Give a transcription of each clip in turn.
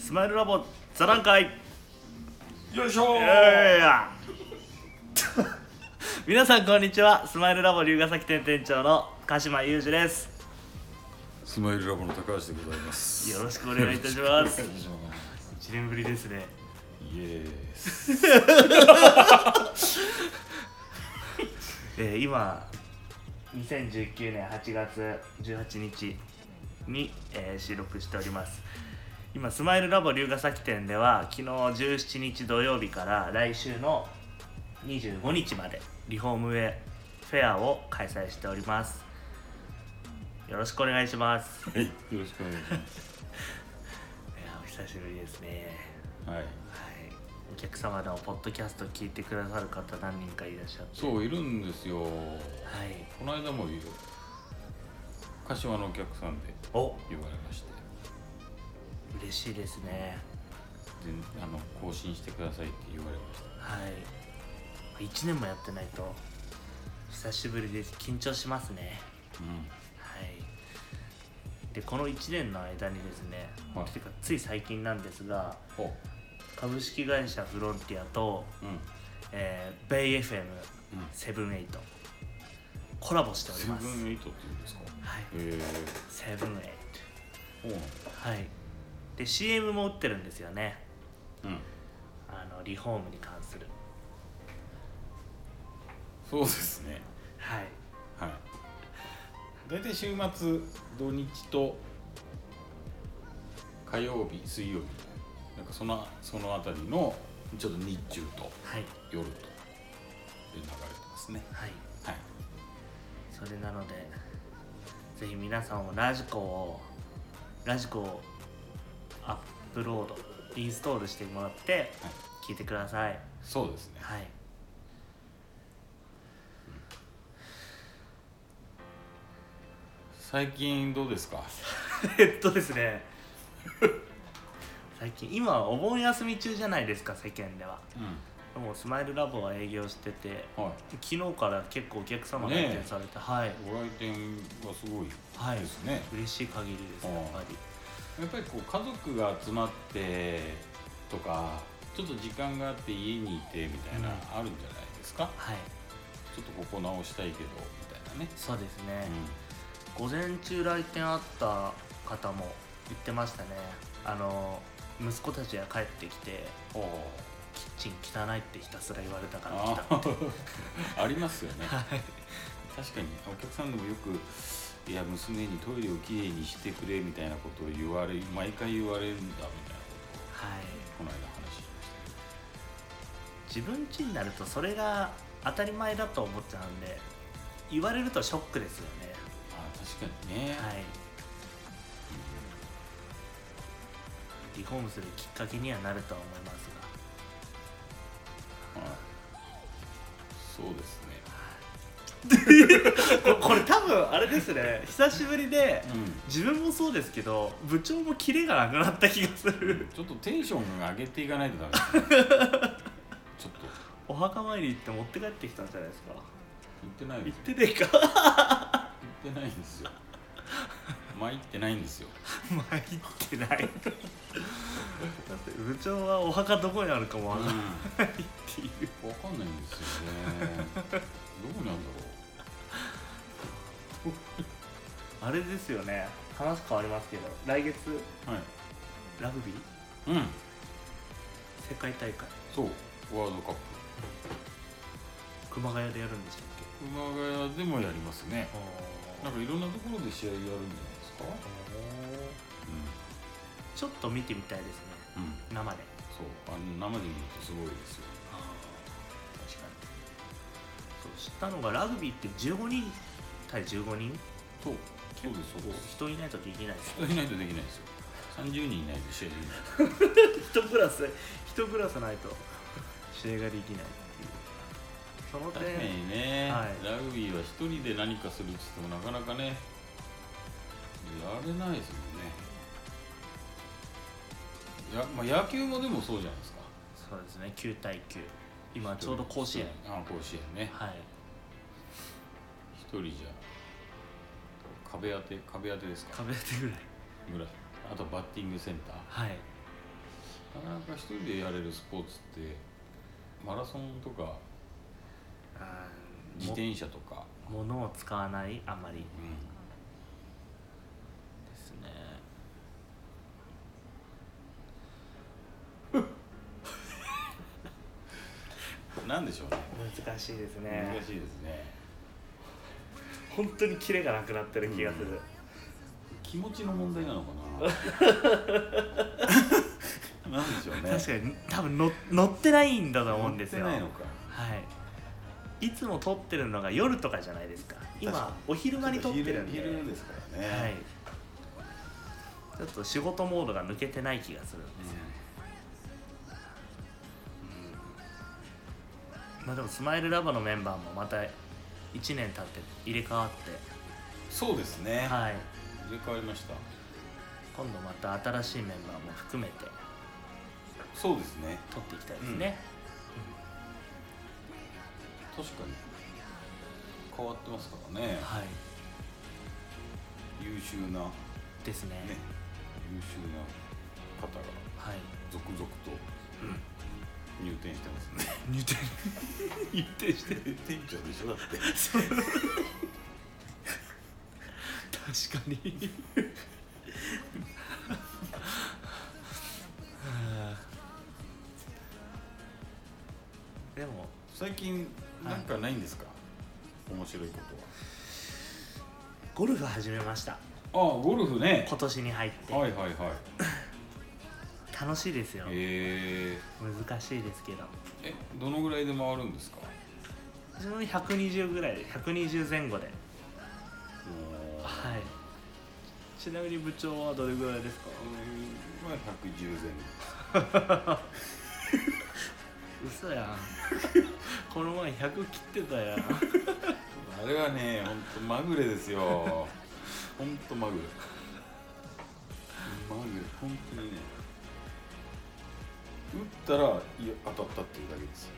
スマイルラボ座談会よいしょー。 皆さんこんにちは。スマイルラボ龍ヶ崎店店長の鹿島裕二です。 スマイルラボの高橋でございます。 よろしくお願いいたします。 お願いします。 1年ぶりですね。 イエース。 今2019年8月18日に、収録しております。今スマイルラボ龍ヶ崎店では昨日17日土曜日から来週の25日までリフォームウェアフェアを開催しております。よろしくお願いします。 はい、よろしくお願いします。 いやお久しぶりですね。 はい、 はい、お客様のポッドキャスト聞いてくださる方何人かいらっしゃって。 そういるんですよ。 はい、 この間も柏のお客さんで言われまして、 嬉しいですね。 で更新してくださいって言われました。 はい、1年もやってないと久しぶりです。緊張しますね。はい。でこの1年の間にですね、 はい、 てかつい最近なんですが、株式会社フロンティアと、ベイ FM78、コラボしております。 78って言うんですか？ はい。78。はい。で CM も打ってるんですよね。リフォームに関する。 そうですね。 はい。 はい。大体週末土日と火曜日水曜日なんかそのあたりのちょっと日中と夜とで流れてますね。 はい。 はい。 それなのでぜひ皆さんもラジコをアップロードインストールしてもらって聞いてください。 そうですね。 はい。 最近どうですか？ ですね最近今お盆休み中じゃないですか、世間では。でもスマイルラボは営業してて、昨日から結構お客様が来店されて、はい、 ご来店がすごいですね。 嬉しい限りです。やっぱりこう家族が集まってとかちょっと時間があって家にいてみたいな、あるんじゃないですか？ はい。 ちょっとここ直したいけどみたいなね。 そうですね。午前中来店あった方も言ってましたね。息子たちが帰ってきてキッチン汚いってひたすら言われたから来たってありますよね。 はい、 確かにお客さんでもよくいや娘にトイレをきれいにしてくれみたいなことを毎回言われるんだみたいなことを、この間話しましたけど、自分家になるとそれが当たり前だと思っちゃうんで言われるとショックですよね。 確かにね。 はい。リフォームするきっかけにはなるとは思いますが、そうですね。これ多分あれですね、久しぶりで、自分もそうですけど部長もキレがなくなった気がする。 ちょっとテンション上げていかないとダメですね。ちょっとお墓参り行って持って帰ってきたんじゃないですか？ 行ってないです。 行ってねえか。 行ってないんですよ。参ってないんですよ。 参ってない。だって部長はお墓どこにあるかもわからないっていう。 わかんないんですよね。どこにあるんだろう。 あれですよね。話変わりますけど、来月、ラグビー？世界大会。 そう、ワールドカップ。 熊谷でやるんでしたっけ？ 熊谷でもやりますね。なんかいろんなところで試合やるんじゃないですか？ ちょっと見てみたいですね。生で。 そう、生で見るとすごいですよ。確かに。 そう知ったのがラグビーって15人対15人？ そうです。 人いないとできないです。 人いないとできないですよ。30人いないと試合できない。 1クラスないと試合ができないっていう。その点確かにね、ラグビーは一人で何かするって言ってもなかなかねやれないですもんね。野球もでもそうじゃないですか。 そうですね。9対9、今ちょうど甲子園。 甲子園ね。 はい。 一人じゃ壁当てですか？ 壁当てぐらい。 あとバッティングセンター。 はい。 なかなか一人でやれるスポーツってマラソンとか自転車とか物を使わないあまり、ですね。 なんでしょうね。 難しいですね。 難しいですね。 本当にキレがなくなってる気がする。 気持ちの問題なのかな。なんでしょうね。 確かに多分乗ってないんだと思うんですよ。 乗ってないのか。 はい。いつも撮ってるのが夜とかじゃないですか。今お昼間に撮ってるんで。 昼ですからね。 はい。ちょっと仕事モードが抜けてない気がするんですよ。まあでもスマイルラボのメンバーもまた1年経って入れ替わって。 そうですね。 はい。 入れ替わりました。 今度また新しいメンバーも含めて。 そうですね。 撮っていきたいですね。 確かに変わってますからね。 はい。 優秀なですね。 優秀な方が続々と入店してますね。 入店してる。 店長でしょだって。 確かに。でも最近なんかないんですか、面白いことは。 ゴルフ始めました。 ゴルフね。 今年に入って。 はいはいはい。 楽しいですよ。難しいですけど。 どのぐらいで回るんですか。 自分120ぐらいで、120前後で。はい。ちなみに部長はどれぐらいですか。 110前後。 嘘やん。この前100切ってたやん。 あれはね、ほんとまぐれですよ。ほんとまぐれ。ほんとにね。打ったら当たったっていうだけですよ。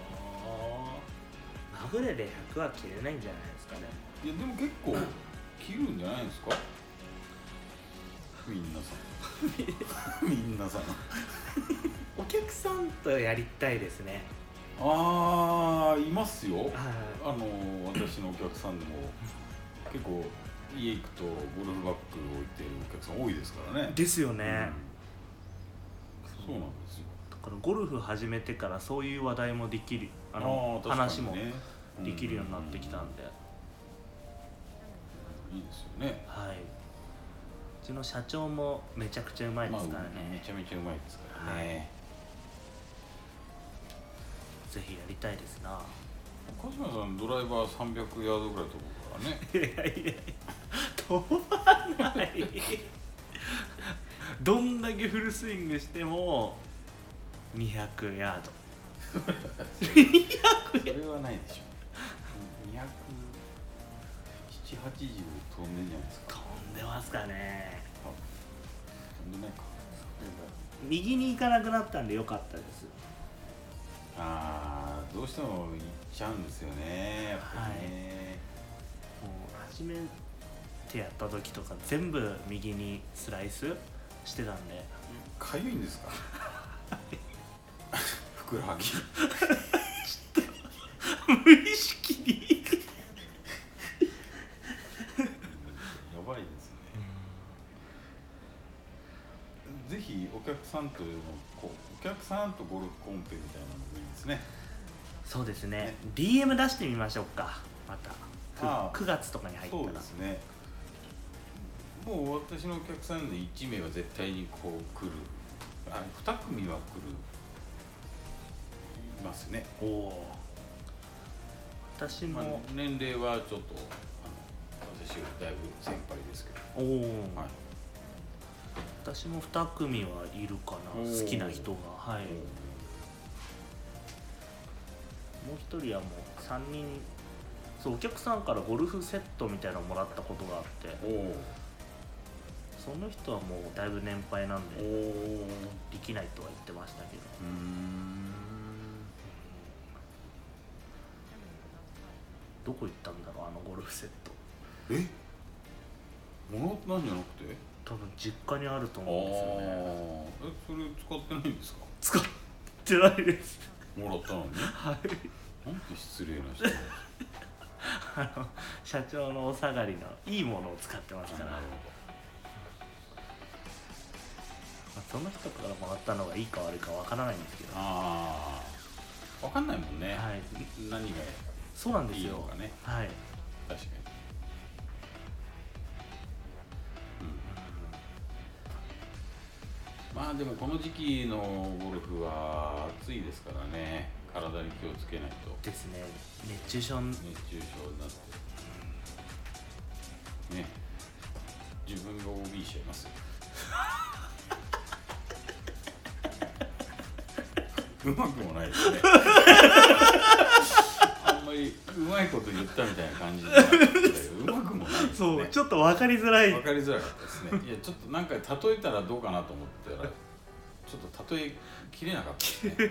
まぐれで100は切れないんじゃないですかね。 いやでも結構切るんじゃないですか。みんなさん。みんなさん。 お客さんとやりたいですね。 いますよ。私のお客さんでも結構家行くとゴルフバッグを置いてるお客さん多いですからね。 ですよね。 そうなんですよ。 だからゴルフ始めてからそういう話題もできる、話もできるようになってきたんで、 いいですよね。 はい。うちの社長もめちゃくちゃうまいですからね。 めちゃめちゃうまいですからね。 ぜひやりたいですな。 鹿島さんドライバー300ヤードぐらい飛ぶからね。 いや飛ばない。どんだけフルスイングしても200ヤード。 それはないでしょ。270、80飛んでんじゃないですか。 飛んでますかね。 飛んでないか。 右に行かなくなったんで良かったです。 どうしても行っちゃうんですよね。やっぱりね。 もう初めてやった時とか全部右にスライスしてたんで。 かゆいんですか。ふくらはぎ。 ちょっと無意識に。 やばいですね。ぜひお客さんとゴルフコンペみたいなのもいいですね。 そうですね。DM 出してみましょうか。また9月とかに入ったら。 そうですね。もう私のお客さんで1名は絶対にこう来る。2組は来る。いますね。 私も、 年齢はちょっと私よりだいぶ先輩ですけど。 私も2組はいるかな。好きな人が。はい。もう1人はもう3人。そう、お客さんからゴルフセットみたいなのをもらったことがあって、その人はもうだいぶ年配なんでできないとは言ってましたけど。どこ行ったんだろう、あのゴルフセット。 もらったんじゃなくて。 多分実家にあると思うんですよね。 それ使ってないんですか？ 使ってないです。 もらったのに。 はい。 なんて失礼な人。 社長のお下がりのいいものを使ってますから。その人からもらったのがいいか悪いかわからないんですけど。 分かんないもんね。 はい。 何がそうなんですよ。 いいのかね。 はい。 確かに。まあでもこの時期のゴルフは暑いですからね。体に気をつけないと。 ですね。熱中症になって。 ね。自分が OB しちゃいますよ。うまくもないですね。あんまりうまいこと言ったみたいな感じでうまくもないですね。 そう、ちょっと分かりづらい。 分かりづらかったですね。いや、ちょっとなんか例えたらどうかなと思ったら、ちょっと例えきれなかったですね。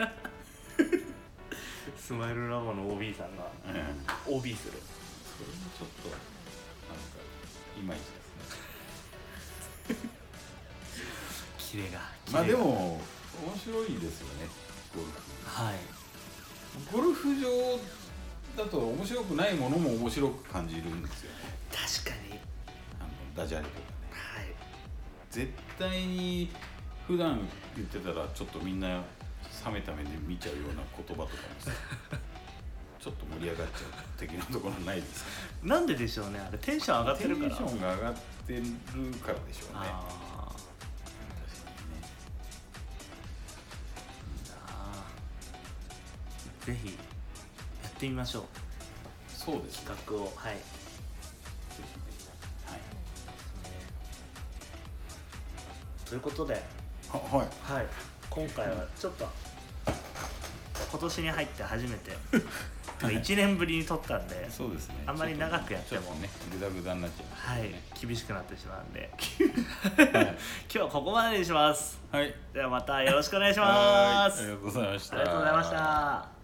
スマイルラボの OB さんが OB する。 それもちょっとなんかいまいちですね。 キレが。 まあでも面白いですよね、ゴルフ。 はい。 ゴルフ場だと面白くないものも面白く感じるんですよね。 確かに。 ダジャレとかね。 はい。 絶対に普段言ってたらちょっとみんな冷めた目で見ちゃうような言葉とかもさちょっと盛り上がっちゃう的なところないですか？ なんででしょうね。あれテンション上がってるから。 テンションが上がってるからでしょうね。 ぜひやってみましょう。 そうです、 企画を。はい。 ぜひね。はい。 ということで、 はい。 はい。今回はちょっと今年に入って初めて1年ぶりに撮ったんで、 そうですね。 あんまり長くやってもね、グダグダになっちゃいますね。 はい、厳しくなってしまうんで、 はい、 今日はここまでにします。 はい。 ではまたよろしくお願いします。 ありがとうございました。 ありがとうございました。